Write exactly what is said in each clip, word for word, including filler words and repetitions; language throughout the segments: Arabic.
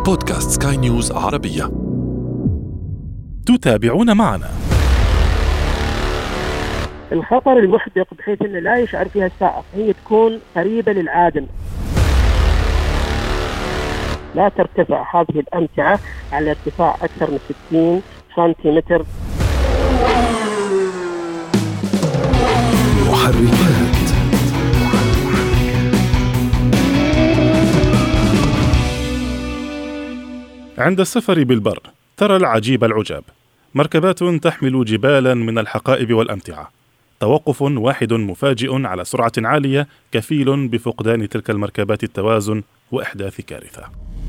بودكاست سكاي نيوز عربية. تتابعون معنا. الخطر المحدق بحيث أنه لا يشعر فيها السائق هي تكون قريبة للعادم. لا ترتفع هذه الأمتعة على ارتفاع أكثر من ستين سنتيمتر. محركات. عند السفر بالبر ترى العجيب العجاب، مركبات تحمل جبالا من الحقائب والأمتعة. توقف واحد مفاجئ على سرعة عالية كفيل بفقدان تلك المركبات التوازن وإحداث كارثة.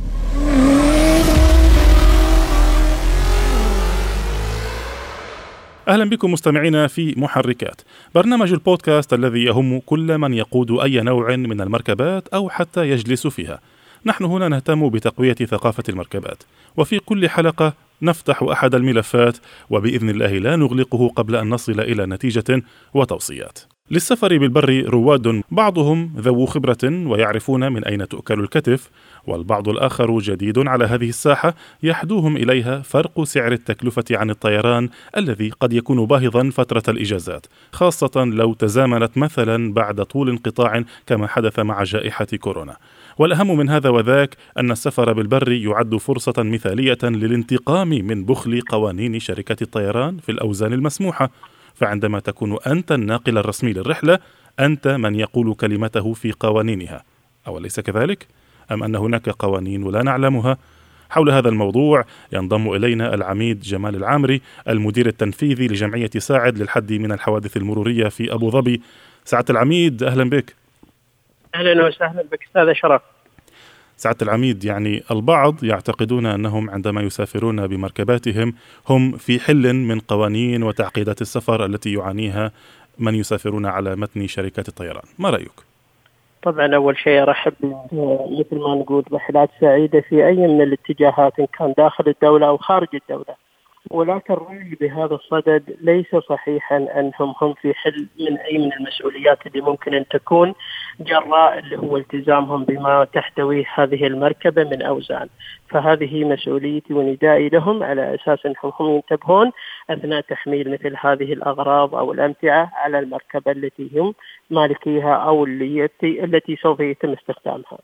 أهلا بكم مستمعينا في محركات، برنامج البودكاست الذي يهم كل من يقود أي نوع من المركبات أو حتى يجلس فيها. نحن هنا نهتم بتقوية ثقافة المركبات، وفي كل حلقة نفتح أحد الملفات وبإذن الله لا نغلقه قبل أن نصل إلى نتيجة وتوصيات. للسفر بالبر رواد، بعضهم ذو خبرة ويعرفون من أين تؤكل الكتف، والبعض الآخر جديد على هذه الساحة يحدوهم إليها فرق سعر التكلفة عن الطيران الذي قد يكون باهظا فترة الإجازات، خاصة لو تزامنت مثلا بعد طول انقطاع كما حدث مع جائحة كورونا. والأهم من هذا وذاك أن السفر بالبر يعد فرصة مثالية للانتقام من بخل قوانين شركة الطيران في الأوزان المسموحة، فعندما تكون أنت الناقل الرسمي للرحلة أنت من يقول كلمته في قوانينها، أوليس كذلك؟ أم أن هناك قوانين لا نعلمها؟ حول هذا الموضوع ينضم إلينا العميد جمال العامري، المدير التنفيذي لجمعية ساعد للحد من الحوادث المرورية في أبو ظبي. سعادة العميد أهلا بك. أهلا وسهلا بك أستاذ شرف. سعادة العميد، يعني البعض يعتقدون أنهم عندما يسافرون بمركباتهم هم في حل من قوانين وتعقيدات السفر التي يعانيها من يسافرون على متن شركات الطيران، ما رأيك؟ طبعا أول شيء أرحب مثل ما نقول رحلات سعيدة في أي من الاتجاهات إن كان داخل الدولة أو خارج الدولة، ولكن رأيي بهذا الصدد ليس صحيحا أنهم هم في حل من أي من المسؤوليات اللي ممكن أن تكون جراء اللي هو التزامهم بما تحتويه هذه المركبة من أوزان. فهذه مسؤوليتي وندائي لهم على أساس أنهم هم ينتبهون أثناء تحميل مثل هذه الأغراض أو الأمتعة على المركبة التي هم مالكيها أو التي, التي سوف يتم استخدامها.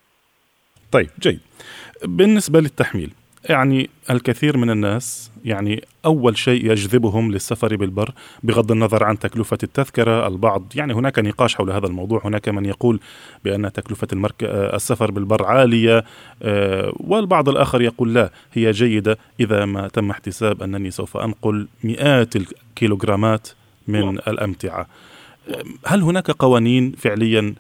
طيب جيد. بالنسبة للتحميل، يعني الكثير من الناس يعني أول شيء يجذبهم للسفر بالبر بغض النظر عن تكلفة التذكرة، البعض يعني هناك نقاش حول هذا الموضوع، هناك من يقول بأن تكلفة المرك... السفر بالبر عالية، والبعض الآخر يقول لا هي جيدة إذا ما تم احتساب أنني سوف أنقل مئات الكيلوغرامات من الأمتعة. هل هناك قوانين فعليا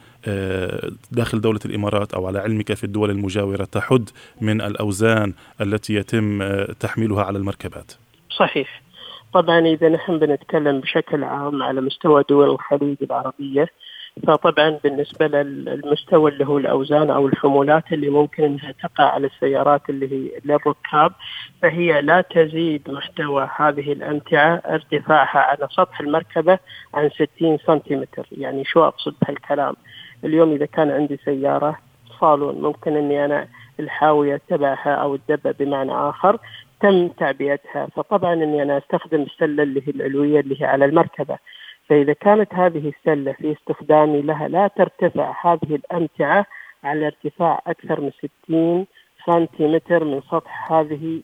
داخل دولة الإمارات أو على علمك في الدول المجاورة تحد من الأوزان التي يتم تحميلها على المركبات؟ صحيح. طبعا إذا نحن بنتكلم بشكل عام على مستوى دول الخليج العربية، فطبعا بالنسبة للمستوى اللي هو الأوزان أو الحمولات اللي ممكن أنها تقع على السيارات اللي هي للركاب، فهي لا تزيد محتوى هذه الأمتعة ارتفاعها على سطح المركبة عن ستين سنتيمتر. يعني شو أقصد بهالكلام؟ اليوم إذا كان عندي سيارة صالون ممكن أني أنا الحاوية تبعها أو الدبة بمعنى آخر تم تعبئتها، فطبعا أني أنا أستخدم السلة اللي هي العلوية اللي هي على المركبة. فإذا كانت هذه السلة في استخدامي لها لا ترتفع هذه الأمتعة على ارتفاع أكثر من ستين سنتيمتر من سطح هذه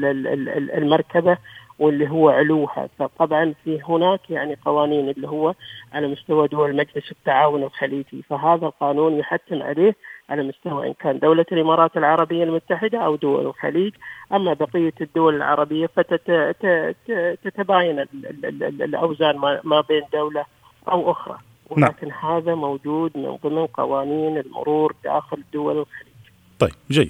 المركبة واللي هو علوها، فطبعا في هناك يعني قوانين اللي هو على مستوى دول مجلس التعاون الخليجي، فهذا القانون يحتم عليه على مستوى إن كان دولة الإمارات العربية المتحدة أو دول الخليج. أما بقية الدول العربية فتتباين الأوزان ما بين دولة أو أخرى، ولكن نعم. هذا موجود من ضمن قوانين المرور داخل دول الخليج. طيب جيد.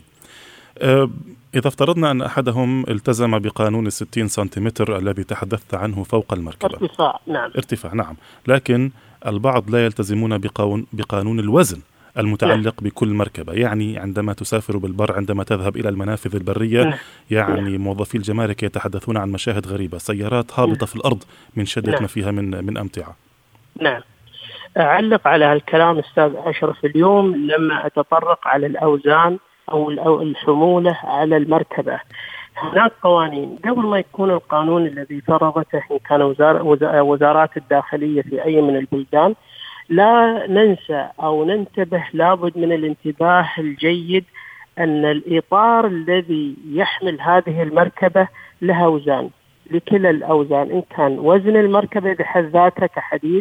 إذا افترضنا أن أحدهم التزم بقانون الستين سنتيمتر الذي تحدثت عنه فوق المركبة، ارتفاع نعم ارتفاع نعم، لكن البعض لا يلتزمون بقانون, بقانون الوزن المتعلق نعم. بكل مركبة. يعني عندما تسافر بالبر، عندما تذهب إلى المنافذ البرية نعم. يعني نعم. موظفي الجمارك يتحدثون عن مشاهد غريبة، سيارات هابطة نعم. في الأرض من شدة نعم. ما فيها من, من أمتعة. نعم. أعلق على هالكلام أستاذ أشرف. اليوم لما أتطرق على الأوزان أو الحمولة على المركبة. هناك قوانين قبل ما يكون القانون الذي فرضته إن كان وزارات الداخلية في أي من البلدان. لا ننسى أو ننتبه، لابد من الانتباه الجيد أن الإطار الذي يحمل هذه المركبة لها أوزان، لكلا الأوزان، إن كان وزن المركبة بحد ذاته كحديد،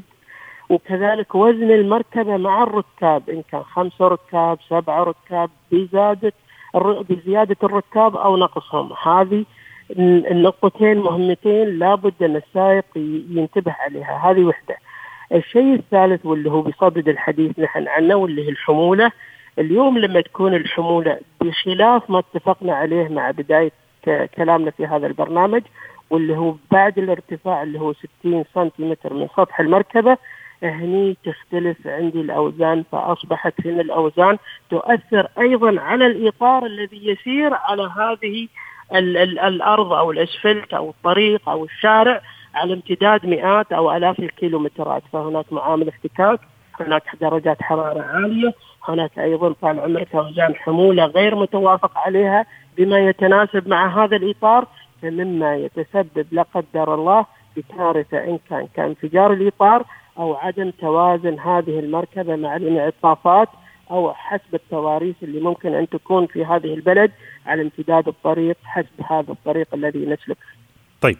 وكذلك وزن المركبة مع الركاب، إن كان خمسة ركاب سبعة ركاب بزيادة بزيادة الركاب أو نقصهم. هذه النقطتين مهمتين لابد أن السائق ينتبه عليها. هذه وحدة. الشيء الثالث واللي هو بصدد الحديث نحن عنه واللي هي الحمولة. اليوم لما تكون الحمولة بخلاف ما اتفقنا عليه مع بداية كلامنا في هذا البرنامج، واللي هو بعد الارتفاع اللي هو ستين سنتيمتر من سطح المركبة، هني تختلف عندي الأوزان، فأصبحت هنا الأوزان تؤثر أيضا على الإطار الذي يسير على هذه ال ال الأرض أو الأسفلت أو الطريق أو الشارع على امتداد مئات أو آلاف الكيلومترات. فهناك معامل احتكاك، هناك درجات حرارة عالية، هناك أيضا طال عمرك أوزان حمولة غير متوافق عليها بما يتناسب مع هذا الإطار، فمما يتسبب لا قدر الله بكارثة، إن كان كانفجار الإطار أو عدم توازن هذه المركبة مع الانعطافات أو حسب التواريخ اللي ممكن أن تكون في هذه البلد على امتداد الطريق حسب هذا الطريق الذي نسلك. طيب،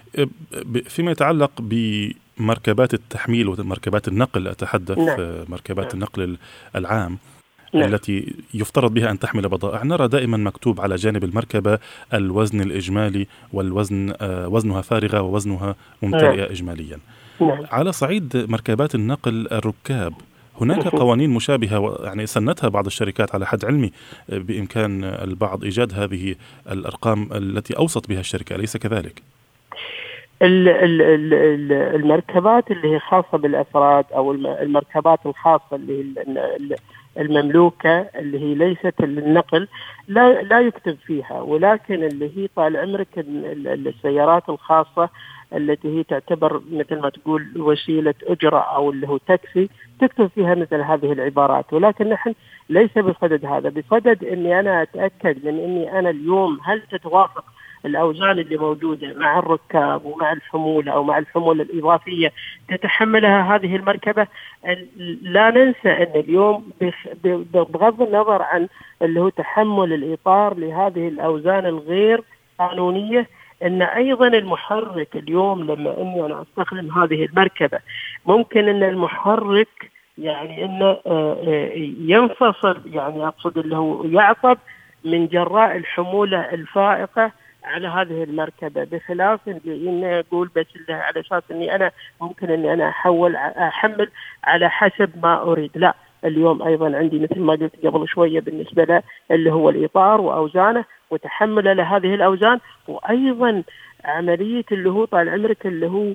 فيما يتعلق بمركبات التحميل ومركبات النقل، أتحدث نعم. مركبات نعم. النقل العام نعم. التي يفترض بها أن تحمل بضائع، نرى دائما مكتوب على جانب المركبة الوزن الإجمالي والوزن آه وزنها فارغة ووزنها ممتلئة نعم. إجماليا نعم. على صعيد مركبات النقل الركاب هناك قوانين مشابهة يعني سنتها بعض الشركات، على حد علمي بإمكان البعض إيجاد هذه الأرقام التي أوصت بها الشركة، أليس كذلك؟ المركبات اللي هي خاصة بالأفراد أو المركبات الخاصة اللي المملوكة اللي هي ليست للنقل لا لا يكتب فيها، ولكن اللي هي طال عمرك السيارات الخاصة التي هي تعتبر مثل ما تقول وسيلة أجرة أو اللي هو تاكسي تكتب فيها مثل هذه العبارات. ولكن نحن ليس بصدد هذا، بصدد أني أنا أتأكد من أني أنا اليوم هل تتوافق الأوزان اللي موجودة مع الركاب ومع الحمولة أو مع الحمولة الإضافية تتحملها هذه المركبة. لا ننسى أن اليوم بغض النظر عن اللي هو تحمل الإطار لهذه الأوزان الغير قانونية، أن أيضا المحرك اليوم لما أني أنا أستخدم هذه المركبة ممكن أن المحرك يعني أنه ينفصل، يعني أقصد اللي هو يعطب من جراء الحمولة الفائقة على هذه المركبة، بخلاف إني أقول بس على أساس إني أنا ممكن إني أنا أحول أحمل على حسب ما أريد. لا، اليوم أيضا عندي مثل ما قلت قبل شوية بالنسبة له اللي هو الإطار وأوزانه وتحمل لهذه الأوزان، وأيضا عملية اللي هو طال عمرك اللي هو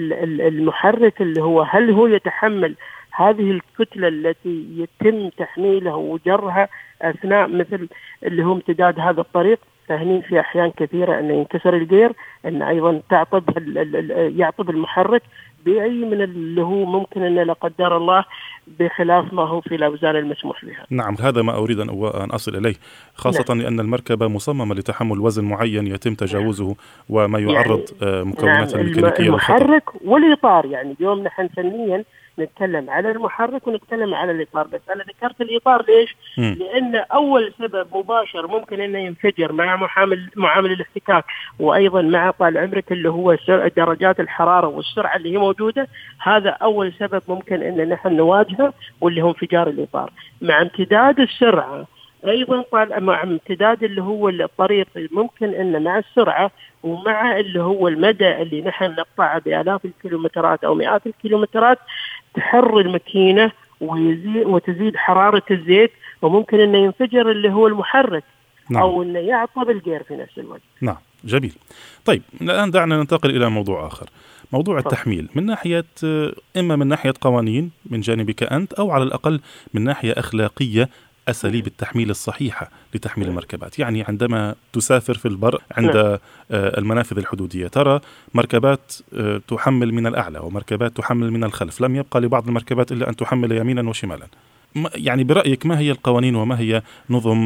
المحرك اللي هو هل هو يتحمل هذه الكتلة التي يتم تحميلها وجرها أثناء مثل اللي هو امتداد هذا الطريق. فهني في أحيان كثيرة أن ينكسر الجير، أن أيضا تعطب يعطب المحرك بأي من اللي هو ممكن أن لا قدر الله بخلاف ما هو في الأوزان المسموح بها. نعم، هذا ما أريد أن أصل إليه، خاصة نعم. لأن المركبة مصممة لتحمل وزن معين يتم تجاوزه نعم. وما يعرض يعني مكونات نعم. الميكانيكية المحرك والإطار. يعني اليوم نحن فنيا نتكلم على المحرك ونتكلم على الإطار، بس أنا ذكرت الإطار ليش؟ م. لأن أول سبب مباشر ممكن أنه ينفجر مع معامل معامل الاحتكاك، وأيضا مع طال عمرك اللي هو درجات الحرارة والسرعة اللي هي موجودة. هذا أول سبب ممكن أن نحن نواجهه، واللي هو انفجار الإطار مع امتداد السرعة. أيضا مع امتداد اللي هو الطريق ممكن أن مع السرعة ومع اللي هو المدى اللي نحن نقطعه بآلاف الكيلومترات أو مئات الكيلومترات تحر الماكينة ويزيد وتزيد حرارة الزيت، وممكن أنه ينفجر اللي هو المحرك نعم. أو أنه يعطب الجير في نفس الوقت. نعم، جميل. طيب الآن دعنا ننتقل إلى موضوع آخر، موضوع التحميل، من ناحية إما من ناحية قوانين من جانبك أنت، أو على الأقل من ناحية أخلاقية أساليب التحميل الصحيحة لتحميل المركبات. يعني عندما تسافر في البر عند المنافذ الحدودية ترى مركبات تحمل من الأعلى ومركبات تحمل من الخلف، لم يبقى لبعض المركبات إلا أن تحمل يمينا وشمالا. يعني برأيك ما هي القوانين وما هي نظم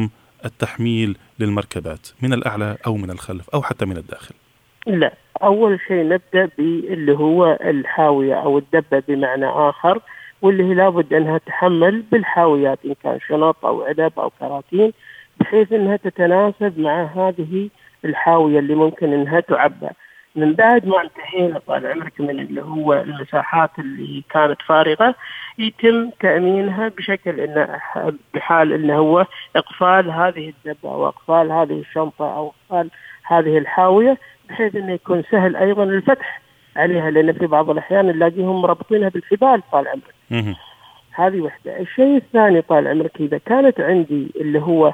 التحميل للمركبات من الأعلى أو من الخلف أو حتى من الداخل؟ لا، أول شيء نبدأ باللي هو الحاوية أو الدبة بمعنى آخر، واللي هي لابد أنها تحمل بالحاويات إن كان شنط أو علب أو كراتين، بحيث أنها تتناسب مع هذه الحاوية اللي ممكن أنها تعبى. من بعد ما انتهينا طال عمرك من اللي هو المساحات اللي كانت فارغة، يتم تأمينها بشكل إنه بحال إنه هو إقفال هذه الدبة أو إقفال هذه الشنطة أو إقفال هذه الحاوية، بحيث إنه يكون سهل أيضا الفتح عليها، لأن في بعض الأحيان نلاقيهم مربطينها بالحبال طال عمرك. هذه وحدة. الشيء الثاني طال عمرك، إذا كانت عندي اللي هو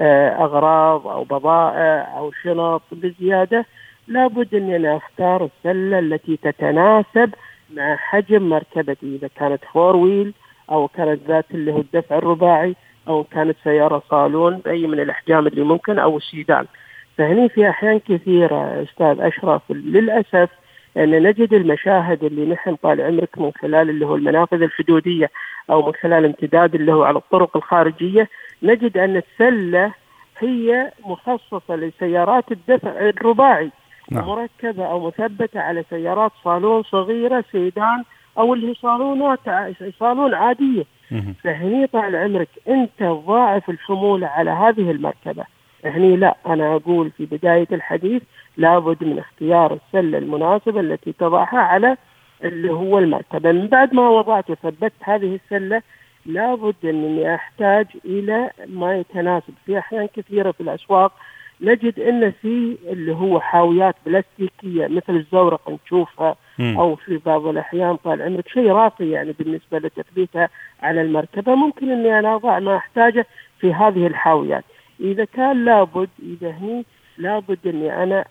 أغراض أو بضائع أو شنط بزيادة، لابد أن أنا أختار السلة التي تتناسب مع حجم مركبتي، إذا كانت فور ويل أو كانت ذات اللي هو الدفع الرباعي أو كانت سيارة صالون بأي من الأحجام اللي ممكن أو السيدان. فهني في أحيان كثيرة أستاذ أشرف للأسف أن نجد المشاهد اللي نحن طال عمرك من خلال اللي هو المنافذ الحدودية أو من خلال امتداد اللي هو على الطرق الخارجية، نجد أن السلة هي مخصصة لسيارات الدفع الرباعي، نعم. مركبة أو مثبتة على سيارات صالون صغيرة سيدان أو اللي صالونات صالون عادية. مه. فهني طال عمرك أنت ضاعف الحمولة على هذه المركبة. هني لا، أنا أقول في بداية الحديث لابد من اختيار السلة المناسبة التي تضعها على اللي هو المركبة. من بعد ما وضعت وثبت هذه السلة، لابد أنني أحتاج إلى ما يتناسب. في أحيان كثيرة في الأسواق نجد أن في اللي هو حاويات بلاستيكية مثل الزورق نشوفها، أو في بعض الأحيان طال عمرك شيء راقي يعني بالنسبة لتثبيتها على المركبة، ممكن أني أنا أضع ما أحتاجه في هذه الحاويات. إذا كان لابد إذا هني لابد أني أنا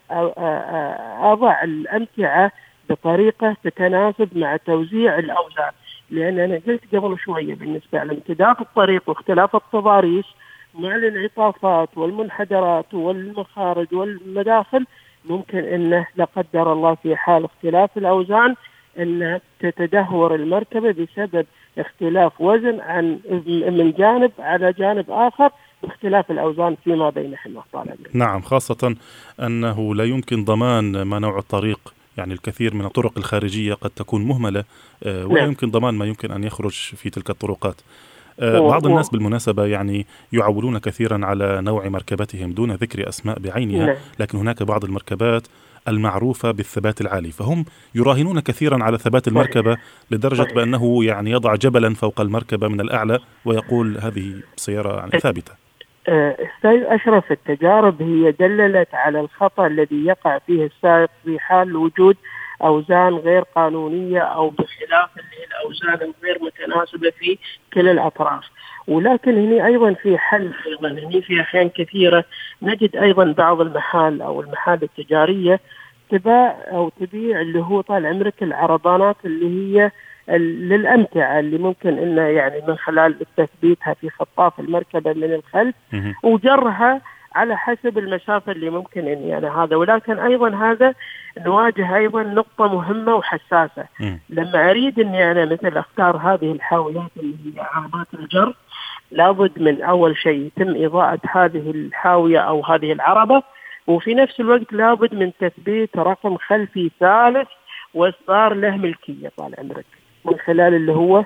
أضع الأمتعة بطريقة تتناسب مع توزيع الأوزان، لأن أنا قلت قبل شوية بالنسبة لامتداد الطريق واختلاف التضاريس مع الانعطافات والمنحدرات والمخارج والمداخل، ممكن أنه لا قدر الله في حال اختلاف الأوزان أن تتدهور المركبة بسبب اختلاف وزن عن من جانب على جانب آخر، باختلاف الأوزان فيما بين حمى طالب. نعم، خاصة أنه لا يمكن ضمان ما نوع الطريق، يعني الكثير من الطرق الخارجية قد تكون مهملة ولا نعم. يمكن ضمان ما يمكن أن يخرج في تلك الطرقات. بعض الناس بالمناسبة يعني يعولون كثيرا على نوع مركبتهم دون ذكر أسماء بعينها، نعم. لكن هناك بعض المركبات المعروفة بالثبات العالي، فهم يراهنون كثيرا على ثبات المركبة لدرجة بأنه يعني يضع جبلا فوق المركبة من الأعلى ويقول هذه سيارة يعني ثابتة. أستاذ أشرف، التجارب هي دللت على الخطأ الذي يقع فيه السائق في حال وجود أوزان غير قانونية أو بخلاف الأوزان الغير متناسبة في كل الأطراف. ولكن هنا أيضا في حل، أيضا هنا في أحيان كثيرة نجد أيضا بعض المحال أو المحال التجارية تباع أو تبيع اللي هو طال عمرك العرضانات اللي هي للأمتعة اللي ممكن إنه يعني من خلال تثبيتها في خطاف المركبة من الخلف وجرها على حسب المسافة اللي ممكن إني يعني هذا. ولكن أيضا هذا نواجه أيضا نقطة مهمة وحساسة. م. لما أريد إني أنا مثل أختار هذه الحاويات اللي هي عربات الجر، لابد من أول شيء يتم إضاءة هذه الحاوية أو هذه العربة، وفي نفس الوقت لابد من تثبيت رقم خلفي ثالث وإصدار له ملكية طال عمرك من خلال اللي هو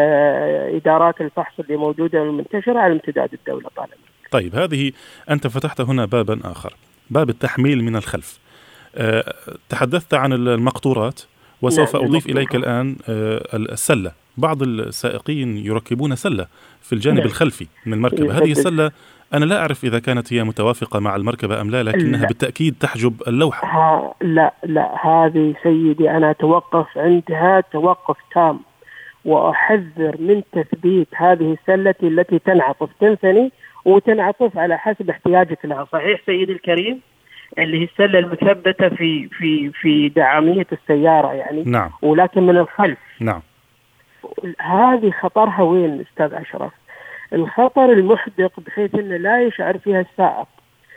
آه إدارات الفحص اللي موجودة والمنتشرة على امتداد الدولة طال عمرك. طيب، هذه أنت فتحت هنا بابا آخر، باب التحميل من الخلف. أه تحدثت عن المقطورات وسوف نعم أضيف إليك الآن أه السلة. بعض السائقين يركبون سلة في الجانب نعم. الخلفي من المركبة. هذه السلة أنا لا أعرف إذا كانت هي متوافقة مع المركبة أم لا، لكنها لا. بالتأكيد تحجب اللوحة. ها لا لا هذه سيدي أنا أتوقف عندها توقف تام، وأحذر من تثبيت هذه السلة التي تنعطف تنثني وتنعطف على حسب احتياجك لها. صحيح سيدي الكريم، اللي هي السلة المثبتة في في في دعامية السيارة يعني نعم. ولكن من الخلف نعم. هذه خطرها وين أستاذ أشرف؟ الخطر المحدق بحيث أنه لا يشعر فيها السائق.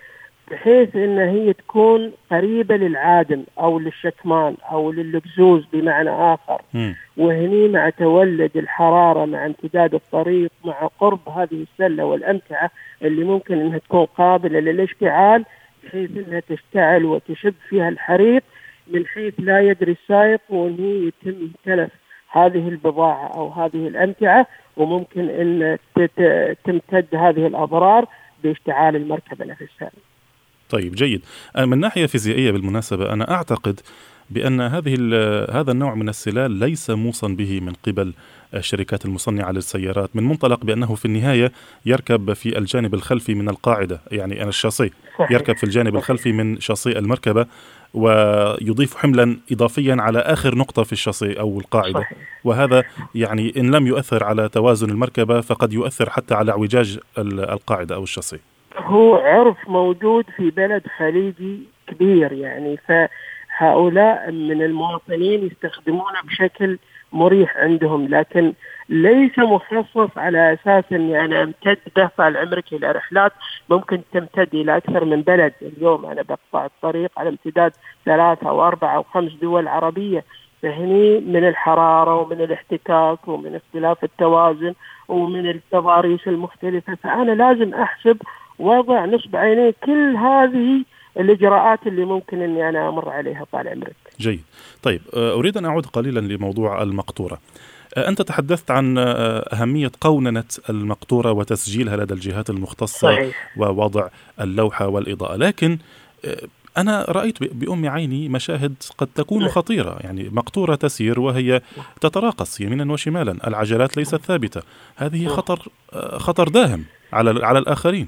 بحيث ان هي تكون قريبة للعادم او للشكمان او للقزوز بمعنى اخر. م. وهني مع تولد الحرارة مع امتداد الطريق مع قرب هذه السلة والامتعة اللي ممكن انها تكون قابلة للاشتعال، بحيث انها تشتعل وتشب فيها الحريق من حيث لا يدري السائق، وهني يتم تلف هذه البضاعة او هذه الامتعة، وممكن ان تمتد هذه الاضرار باشتعال المركبة نفسها. طيب جيد. من ناحية فيزيائية بالمناسبة أنا أعتقد بأن هذه هذا النوع من السلال ليس موصى به من قبل الشركات المصنعة للسيارات، من منطلق بأنه في النهاية يركب في الجانب الخلفي من القاعدة، يعني أنا الشاصي يركب في الجانب الخلفي من شاصي المركبة ويضيف حملا إضافيا على آخر نقطة في الشاصي أو القاعدة. وهذا يعني إن لم يؤثر على توازن المركبة فقد يؤثر حتى على اعوجاج القاعدة أو الشاصي. هو عرف موجود في بلد خليجي كبير يعني، فهؤلاء من المواطنين يستخدمونه بشكل مريح عندهم، لكن ليس مخصص على أساس أني أنا أمتد دفع الأمريكي إلى رحلات ممكن تمتد إلى أكثر من بلد. اليوم أنا بقطع الطريق على امتداد ثلاثة أو أربعة أو خمس دول عربية، فهني من الحرارة ومن الاحتكاك ومن اختلاف التوازن ومن التضاريس المختلفة، فأنا لازم أحسب وضع نصب عيني كل هذه الإجراءات اللي ممكن أني أنا أمر عليها طال عمرك. جيد. طيب أريد أن أعود قليلا لموضوع المقطورة. أنت تحدثت عن أهمية قوننة المقطورة وتسجيلها لدى الجهات المختصة. صحيح. ووضع اللوحة والإضاءة، لكن أنا رأيت بأم عيني مشاهد قد تكون خطيرة، يعني مقطورة تسير وهي تتراقص يمينا وشمالا، العجلات ليست ثابتة، هذه خطر خطر داهم على على الآخرين.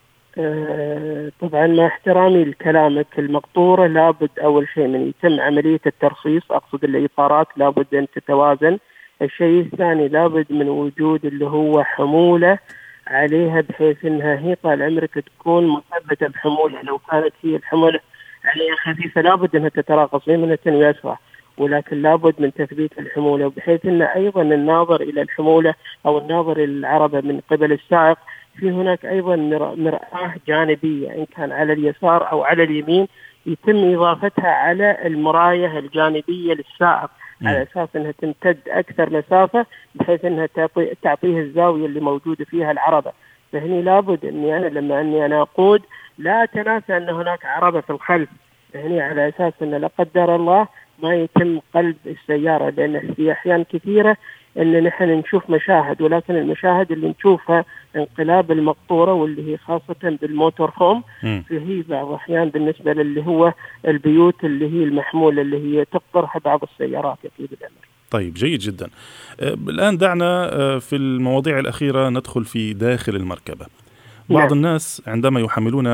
طبعا مع احترامي لكلامك، المقطورة لابد أول شيء من يتم عملية الترخيص، أقصد الإطارات لابد أن تتوازن. الشيء الثاني لابد من وجود اللي هو حمولة عليها، بحيث أنها هي طال عمرك تكون مثبتة بحمولة. لو كانت هي الحمولة عليها خفيفة لابد أنها تتراقص يمنة ويسرى، ولكن لابد من تثبيت الحمولة، بحيث أن أيضا الناظر إلى الحمولة أو الناظر إلى العربة من قبل السائق في هناك أيضا مرآة جانبية إن كان على اليسار أو على اليمين، يتم إضافتها على المراية الجانبية للسائق م. على أساس أنها تمتد أكثر مسافة، بحيث أنها تعطيه الزاوية اللي موجودة فيها العربة. فهني لابد أني أنا لما أني أنا أقود لا أتناسى أن هناك عربة في الخلف، فهني على أساس أن لا قدر الله ما يتم قلب السيارة، لأن في أحيان كثيرة أن نحن نشوف مشاهد، ولكن المشاهد اللي نشوفها انقلاب المقطورة واللي هي خاصة بالموتور هوم، فهي بعض أحيان بالنسبة للي هو البيوت اللي هي المحمولة اللي هي تقطرها بعض السيارات يطيب الأمر. طيب جيد جدا. الآن دعنا في المواضيع الأخيرة ندخل في داخل المركبة. بعض الناس عندما يحملون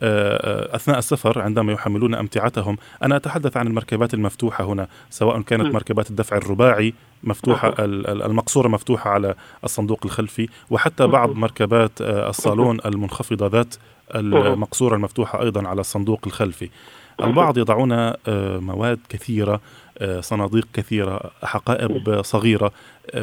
أثناء السفر عندما يحملون أمتعتهم، أنا أتحدث عن المركبات المفتوحة هنا، سواء كانت مركبات الدفع الرباعي مفتوحة، المقصورة مفتوحة على الصندوق الخلفي، وحتى بعض مركبات الصالون المنخفضة ذات المقصورة المفتوحة أيضا على الصندوق الخلفي. البعض يضعون مواد كثيرة، صناديق كثيرة، حقائب صغيرة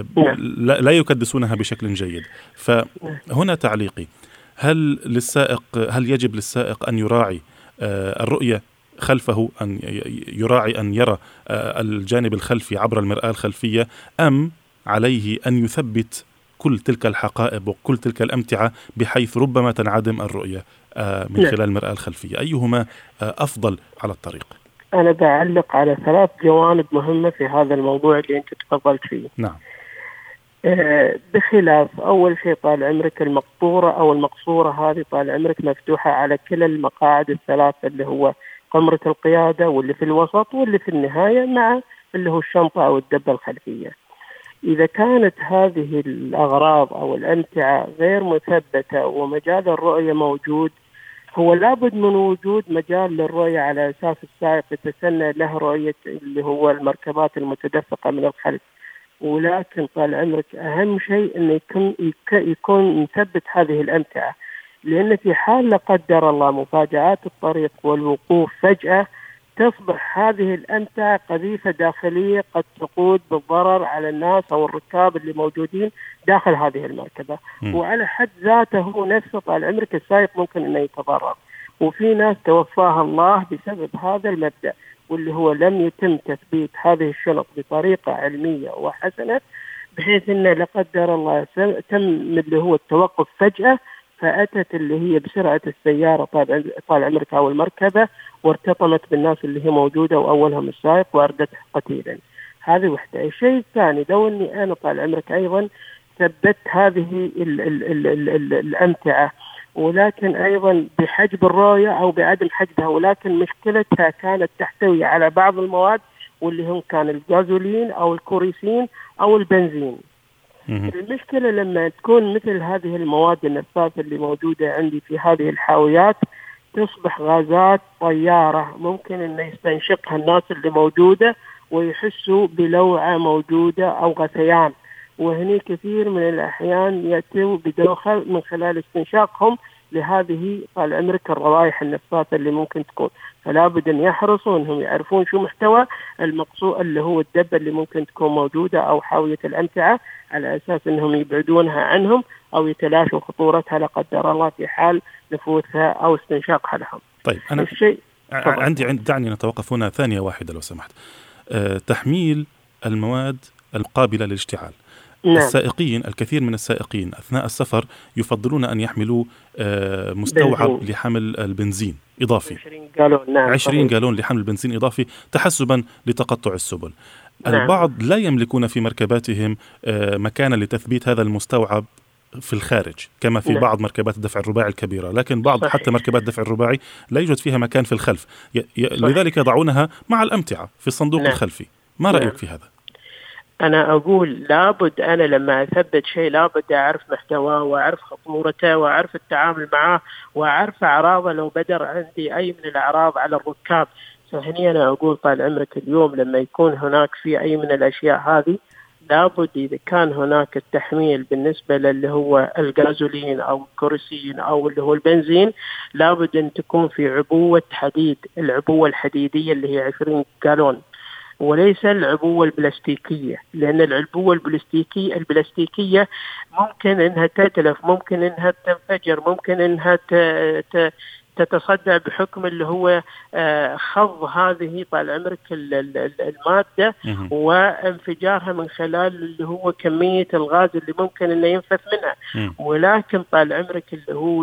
لا يكدسونها بشكل جيد. فهنا تعليقي، هل للسائق هل يجب للسائق أن يراعي الرؤية خلفه، أن يراعي أن يرى الجانب الخلفي عبر المرآة الخلفية، أم عليه أن يثبت كل تلك الحقائب وكل تلك الأمتعة بحيث ربما تنعدم الرؤية من خلال المرآة الخلفية؟ أيهما أفضل على الطريق؟ أنا بعلق على ثلاث جوانب مهمة في هذا الموضوع اللي أنت تفضلت فيه. نعم. بخلاف أول شيء طال عمرك المقطورة أو المقصورة هذه طال عمرك مفتوحة على كلا المقاعد الثلاثة، اللي هو قمرة القيادة واللي في الوسط واللي في النهاية مع اللي هو الشنطة أو الدبة الخلفية. إذا كانت هذه الأغراض أو الأمتعة غير مثبتة ومجال الرؤية موجود، هو لابد من وجود مجال للرؤية على أساس السائق يتسنى له رؤية اللي هو المركبات المتدفقة من الخلف. ولكن طال عمرك أهم شيء أنه يكون, يكون مثبت هذه الأمتعة، لأن في حال لا قدر الله مفاجآت الطريق والوقوف فجأة تصبح هذه الأمتعة قذيفة داخلية قد تقود بالضرر على الناس أو الركاب اللي موجودين داخل هذه المركبة. م. وعلى حد ذاته هو نفسه طال عمرك السائق ممكن أنه يتضرر. وفي ناس توفاها الله بسبب هذا المبدأ، واللي هو لم يتم تثبيت هذه الشنط بطريقة علمية وحسنة، بحيث أنه لا قدر الله تم اللي هو التوقف فجأة، فأتت اللي هي بسرعة السيارة طال عمرك أو المركبة وارتطمت بالناس اللي هي موجودة وأولهم السائق وأردت قتيلا. هذه وحدة. الشيء الثاني، لو أني أنا طال عمرك أيضا ثبت هذه ال ال ال ال ال الأمتعة، ولكن أيضا بحجب الرؤية أو بعدم حجبها، ولكن مشكلتها كانت تحتوي على بعض المواد واللي هم كان الغازولين أو الكوريسين أو البنزين. المشكلة لما تكون مثل هذه المواد النفاثة اللي موجودة عندي في هذه الحاويات تصبح غازات طيارة، ممكن أن يستنشقها الناس اللي موجودة ويحسوا بلوعة موجودة أو غثيان، وهني كثير من الأحيان يأتوا بدوخة من خلال استنشاقهم لهذه طال عمرك الروائح النفاثة اللي ممكن تكون. فلا بد أن يحرصوا أنهم يعرفون شو محتوى المقصود اللي هو الدبة اللي ممكن تكون موجودة أو حاوية الأمتعة، على أساس أنهم يبعدونها عنهم أو يتلاشوا خطورتها لا قدر الله في حال نفوذها أو استنشاقها لهم. طيب أنا الشيء عندي عند دعني نتوقف هنا ثانية واحدة لو سمحت. أه تحميل المواد القابلة للاشتعال. نعم. السائقين، الكثير من السائقين أثناء السفر يفضلون أن يحملوا أه مستوعب بنزين. لحمل البنزين إضافي عشرين جالون. نعم. عشرين جالون لحمل البنزين إضافي تحسبا لتقطع السبل. نعم. البعض لا يملكون في مركباتهم أه مكانا لتثبيت هذا المستوعب في الخارج كما في نعم. بعض مركبات الدفع الرباعي الكبيرة، لكن بعض صحيح. حتى مركبات الدفع الرباعي لا يوجد فيها مكان في الخلف، ي... ي... لذلك يضعونها مع الأمتعة في الصندوق نعم. الخلفي. ما رأيك نعم. في هذا؟ أنا أقول لابد أنا لما أثبت شيء لابد أعرف محتواه وأعرف خطورته وأعرف التعامل معه وأعرف أعراضه لو بدر عندي أي من الأعراض على الركاب. فهني أنا أقول طال عمرك اليوم لما يكون هناك في أي من الأشياء هذه لابد إذا كان هناك التحميل بالنسبة اللي هو الغازولين أو الكوريسين أو اللي هو البنزين، لابد أن تكون في عبوة حديد، العبوة الحديدية اللي هي عشرين جالون، وليس العبوة البلاستيكية، لأن العبوة البلاستيكية البلاستيكية ممكن إنها تتلف، ممكن إنها تنفجر، ممكن إنها ت... ت... تتصدع بحكم اللي هو خض هذه طال عمرك المادة وانفجارها من خلال اللي هو كمية الغاز اللي ممكن انه ينفث منها. ولكن طال عمرك اللي هو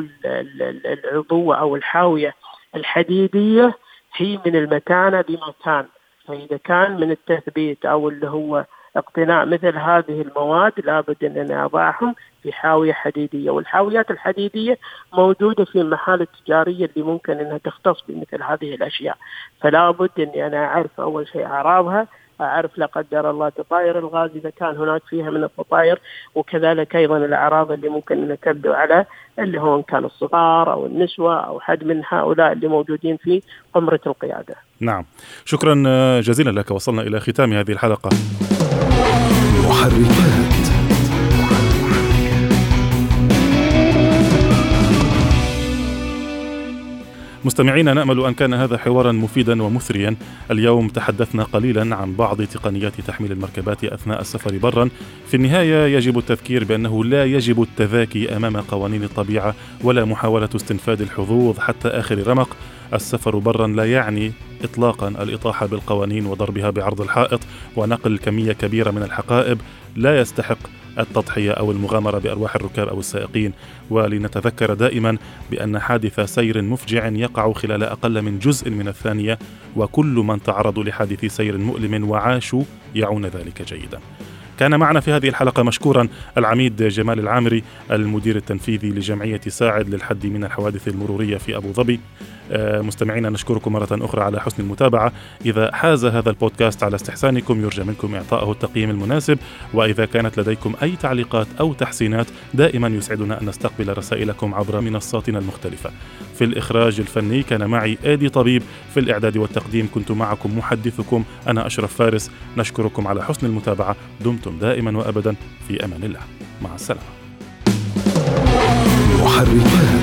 العبوة او الحاوية الحديدية هي من المتانة بمكان، فإذا كان من التثبيت او اللي هو اقتناء مثل هذه المواد لابد ان انا اضعهم في حاوية حديدية، والحاويات الحديدية موجودة في المحال التجارية اللي ممكن انها تختص بمثل هذه الاشياء. فلا بد اني انا اعرف اول شيء اعراضها، اعرف لا قدر الله تطاير الغاز اذا كان هناك فيها من التطاير، وكذلك ايضا الاعراض اللي ممكن ان تبدو على اللي هو ان كان الصغار او النسوة او حد من هؤلاء اللي موجودين في قمرة القيادة. نعم، شكرا جزيلا لك. وصلنا الى ختام هذه الحلقة. محركات. مستمعينا، نأمل أن كان هذا حوارا مفيدا ومثريا. اليوم تحدثنا قليلا عن بعض تقنيات تحميل المركبات أثناء السفر برا. في النهاية يجب التذكير بأنه لا يجب التذاكي أمام قوانين الطبيعة ولا محاولة استنفاد الحظوظ حتى آخر رمق. السفر برا لا يعني إطلاقا الإطاحة بالقوانين وضربها بعرض الحائط ونقل كمية كبيرة من الحقائب لا يستحق التضحية أو المغامرة بأرواح الركاب أو السائقين. ولنتذكر دائما بأن حادث سير مفجع يقع خلال أقل من جزء من الثانية، وكل من تعرضوا لحادث سير مؤلم وعاشوا يعون ذلك جيدا. كان معنا في هذه الحلقة مشكورا العميد جمال العامري المدير التنفيذي لجمعية ساعد للحد من الحوادث المرورية في أبو ظبي. مستمعينا، نشكركم مرة أخرى على حسن المتابعة. إذا حاز هذا البودكاست على استحسانكم يرجى منكم إعطائه التقييم المناسب، وإذا كانت لديكم أي تعليقات أو تحسينات دائما يسعدنا أن نستقبل رسائلكم عبر منصاتنا المختلفة. في الإخراج الفني كان معي آدي طبيب، في الإعداد والتقديم كنت معكم محدثكم أنا أشرف فارس. نشكركم على حسن المتابعة. دمتم دائما وأبدا في أمان الله. مع السلامة. محركات.